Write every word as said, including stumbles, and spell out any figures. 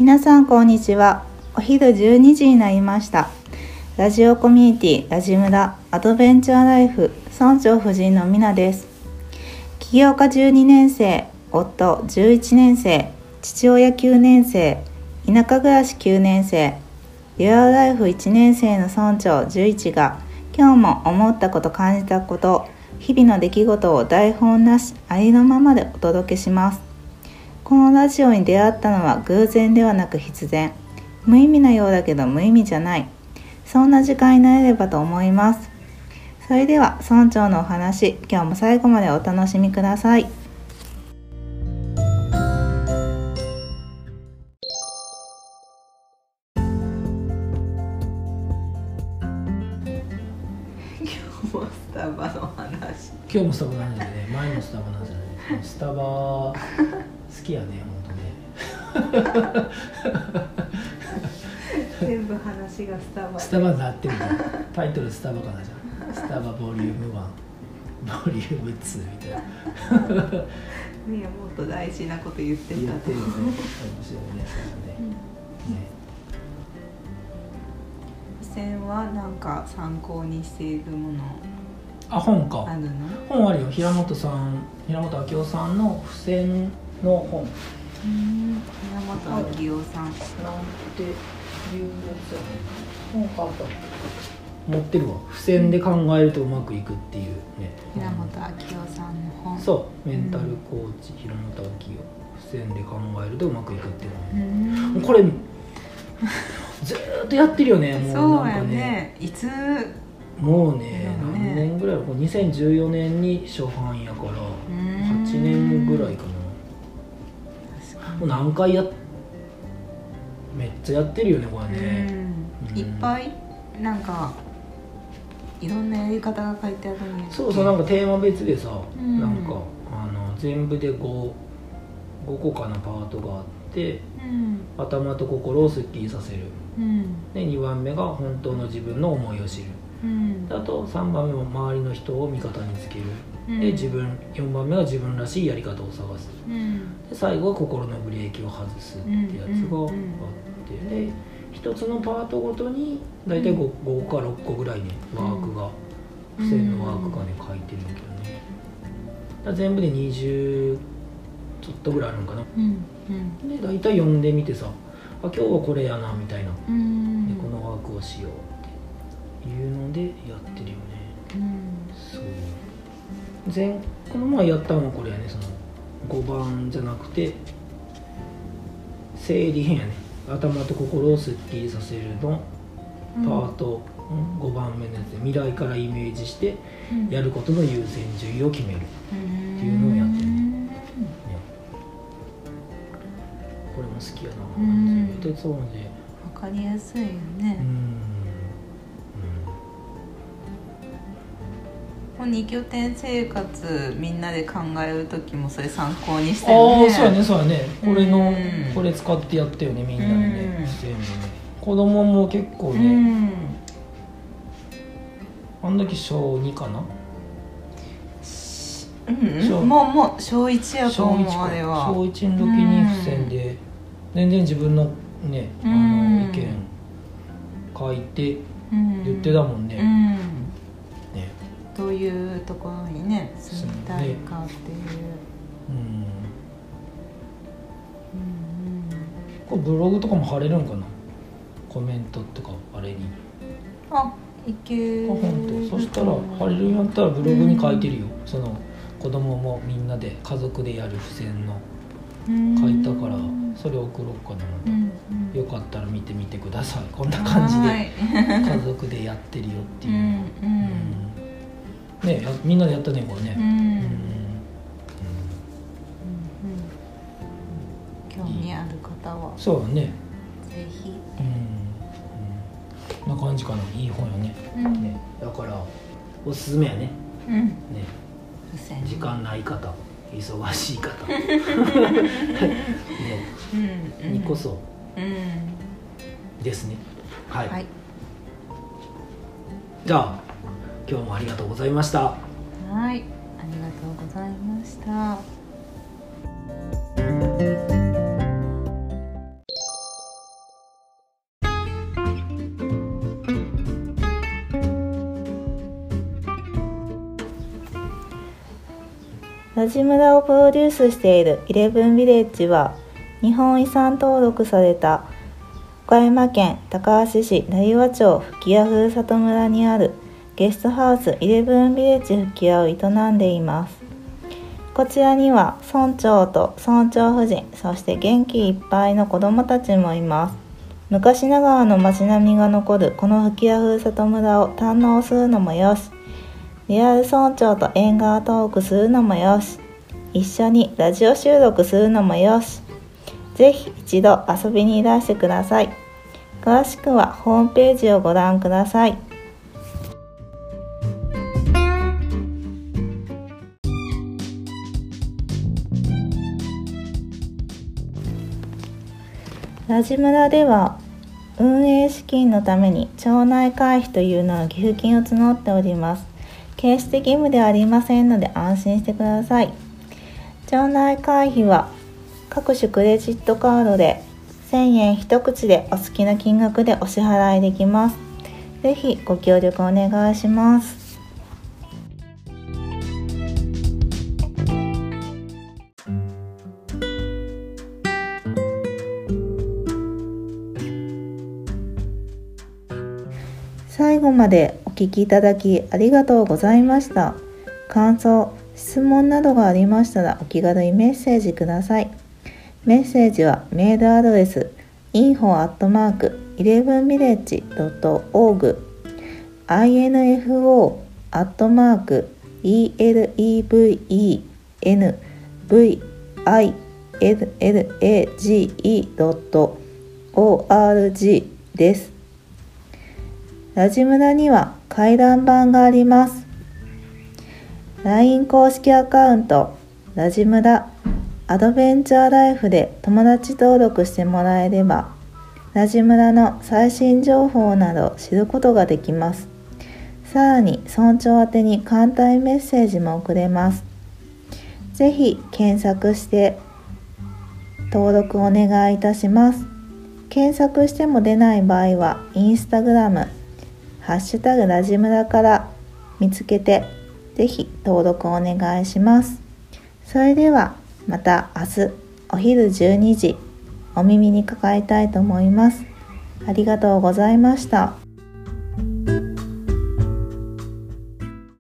皆さんこんにちは。お昼じゅうにじになりました。ラジオコミュニティラジムラアドベンチャーライフ村長夫人のみなです。起業家じゅうにねん生、夫じゅういちねん生、父親きゅうねん生、田舎暮らしきゅうねん生、リアルライフいちねん生の村長じゅういちが今日も思ったこと感じたこと日々の出来事を台本なしありのままでお届けします。このラジオに出会ったのは偶然ではなく必然、無意味なようだけど無意味じゃない、そんな時間になれればと思います。それでは村長のお話、今日も最後までお楽しみください。今日もスタバの話今日もスタバの話でね、前もスタバの話じゃない、スタバ好きやね、ほんとね全部話がスタバスタバになってるからタイトルスタバかな、じゃんスタバボリュームワンボリュームツーみたいないや、 もっと大事なこと言ってた言ってるよね、面白いね、 うん、ね付箋はなんか参考にしているものあ、本かあるの？ 本あるよ、平本さん、平本明夫さんの付箋の本。 うん、平本明夫さん、なんていうやつやね。本買った持ってるわ。付箋で考えるとうまくいくっていうね。 平本明夫さんの本。 そう、メンタルコーチ、うん、平本明夫。付箋で考えるとうまくいくっていうの、ね、うん、これずーっとやってるよね。もうなんかね。 そうやね。いつもうね、何年ぐらい、にせんじゅうよねんに初版やからはちねんぐらいかな。もう何回やっめっちゃやってるよね、これね。 うん、いっぱいなんかいろんなやり方が書いてあるんです。 そうそう、なんかテーマ別でさ、うん、なんかあの全部で 5, 5個かなパートがあって、うん、頭と心をすっきりさせる、うん、でにばんめが本当の自分の思いを知る、うん、あとさんばんめも周りの人を味方につける、うん、で自分よんばんめが自分らしいやり方を探す、うん、で最後は心のブレーキを外すってやつがあって、でひとつのパートごとにだいたい 5, 5個かろっこぐらいねワークが、付箋のワークがね書いてるんだけどね、だ全部でにじゅうちょっとぐらいあるのかな、うんうん、でだいたい読んでみてさ、あ今日はこれやなみたいな、うん、でこのワークをしようっていうのでやってるよね、うん、そう前この前やったのはこれやね、そのごばんじゃなくて整理編やね、頭と心をすっきりさせるのパート、うん、ごばんめのやつで未来からイメージしてやることの優先順位を決めるっていうのをやってる、ね、これも好きやな、うん、でそうで分かりやすいよね、うんうん、に拠点生活みんなで考える時もそれ参考にしてるね。 ああ、そうやね、そうやね、これの、うん、これ使ってやったよね、みんなでね、うん、全部ね、子供も結構ね、うん、あの時しょうにかな、 うん、もうもうしょういちやと思う、あれはしょういちの時に付箋で、うん、全然自分のね、あの、うん、意見書いて言ってたもんね、うん、 ね、どういうところにね住みたいかっていう、うんうん、 これブログとかも貼れるんかな、コメントとかあれに、 あ、いける、 あ、本当、そしたら貼れるんやったらブログに書いてるよ、うん、その子供もみんなで家族でやる付箋の書いたから、それ送ろうかな、また、うんうん、よかったら見てみてください、こんな感じで家族でやってるよっていう、うんうんうん、ね、みんなでやったね、これね、うんうんうん、 興味ある方はそうだね、 ぜひ、 うんうん、な感じかな、いい本よね、うん、ね、だからおすすめやね、うん、ね、時間ない方、忙しい方ね、うん、にこそ、うん、ですね、はい、はい、じゃあ今日もありがとうございました。 はい、ありがとうございました。 ラジムラをプロデュースしているイレブンビレッジは、日本遺産登録された岡山県高梁市成羽町吹屋ふるさと村にあるゲストハウスイレブンビレッジ吹屋を営んでいます。こちらには村長と村長夫人、そして元気いっぱいの子どもたちもいます。昔ながらの街並みが残るこの吹屋ふるさと村を堪能するのもよし、リアル村長と縁側トークするのもよし、一緒にラジオ収録するのもよし、ぜひ一度遊びにいらしてください。詳しくはホームページをご覧ください。ラジ村では運営資金のために町内会費というのの寄付金を募っております。決して義務ではありませんので安心してください。町内会費は各種クレジットカードでせんえん一口でお好きな金額でお支払いできます。ぜひご協力お願いします。最後までお聞きいただきありがとうございました。感想、質問などがありましたらお気軽にメッセージください。メッセージはメールアドレス インフォ アットマーク イレブンビレッジ ドット オーグ インフォ アットマーク イレブンビレッジ ドット オーアールジー です。ラジ村には回覧板があります。ライン 公式アカウントラジ村アドベンチャーライフで友達登録してもらえれば、ラジ村の最新情報など知ることができます。さらに村長宛てに簡単メッセージも送れます。ぜひ検索して登録お願いいたします。検索しても出ない場合はインスタグラムハッシュタグラジ村から見つけて、ぜひ登録お願いします。それではまた明日お昼じゅうにじお耳にかかりたいと思います。ありがとうございました。